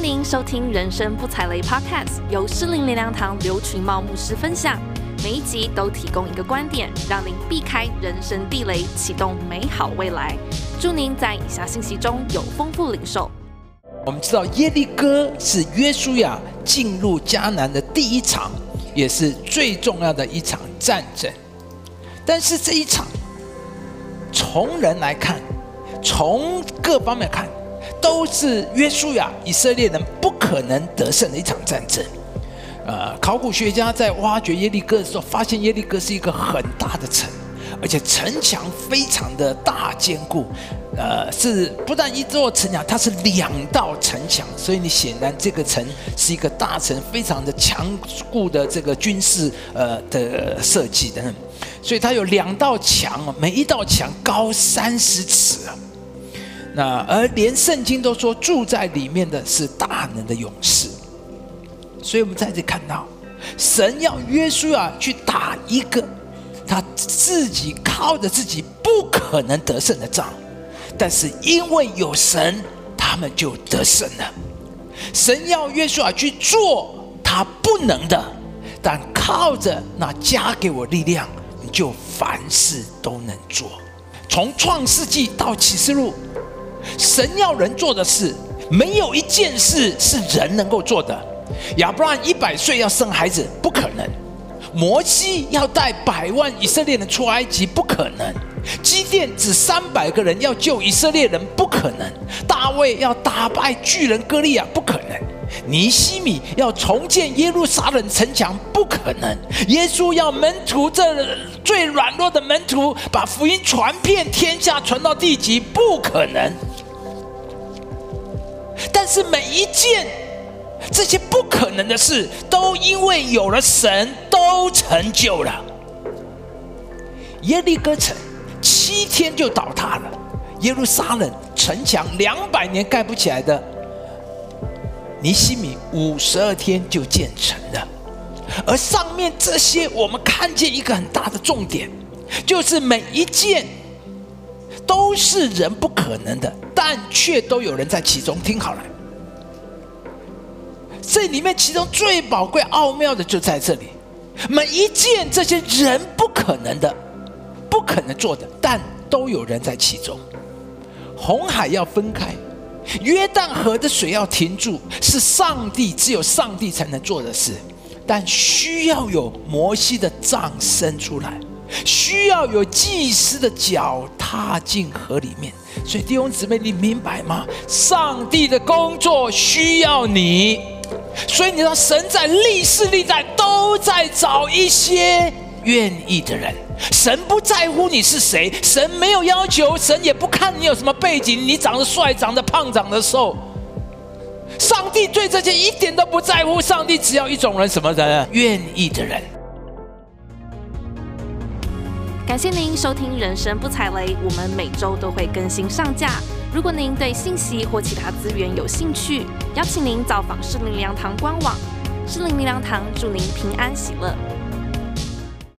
您收听人生不踩雷 Podcast， 由诗林灵粮堂刘群茂牧师分享。每一集都提供一个观点，让您避开人生地雷，启动美好未来。祝您在以下信息中有丰富领受。 我们知道耶利哥是约书亚进入迦南的第一场，也是最重要的一场战争。但是这一场，从人来看，从各方面看，都是约书亚以色列人不可能得胜的一场战争。考古学家在挖掘耶利哥的时候，发现耶利哥是一个很大的城，而且城墙非常的大坚固。是不但一座城墙，它是2道城墙，所以你显然这个城是一个大城，非常的强固的这个军事的设计等等。所以它有2道墙，每一道墙高30尺。而连圣经都说住在里面的是大能的勇士。所以我们在这里看到，神要约书亚去打一个他自己靠着自己不可能得胜的仗，但是因为有神，他们就得胜了。神要约书亚去做他不能的，但靠着那加给我力量，你就凡事都能做。从创世纪到启示录，神要人做的事，没有一件事是人能够做的。亚伯拉罕100岁要生孩子，不可能；摩西要带100万以色列人出埃及，不可能；基甸只300个人要救以色列人，不可能；大卫要打败巨人歌利亚，不可能；尼希米要重建耶路撒冷城墙，不可能；耶稣要门徒这最软弱的门徒把福音传遍天下，传到地极，不可能。但是每一件这些不可能的事，都因为有了神，都成就了。耶利哥城7天就倒塌了，耶路撒冷城墙200年盖不起来的尼希米52天就建成了。而上面这些，我们看见一个很大的重点，就是每一件都是人不可能的，但却都有人在其中。听好了，这里面其中最宝贵奥妙的就在这里，每一件这些人不可能的、不可能做的，但都有人在其中。红海要分开，约旦河的水要停住，是只有上帝才能做的事，但需要有摩西的杖伸出来，需要有祭司的脚踏进河里面。所以弟兄姊妹，你明白吗？上帝的工作需要你。所以你知道，神在历世历代都在找一些愿意的人。神不在乎你是谁，神没有要求，神也不看你有什么背景，你长得帅、长得胖、长得瘦。上帝对这些一点都不在乎，上帝只要一种人，什么人？愿意的人。 感谢您收听人生不踩雷，我们每周都会更新上架。如果您对信息或其他资源有兴趣，邀请您造访诗林灵粮堂官网。诗林灵粮堂祝您平安喜乐。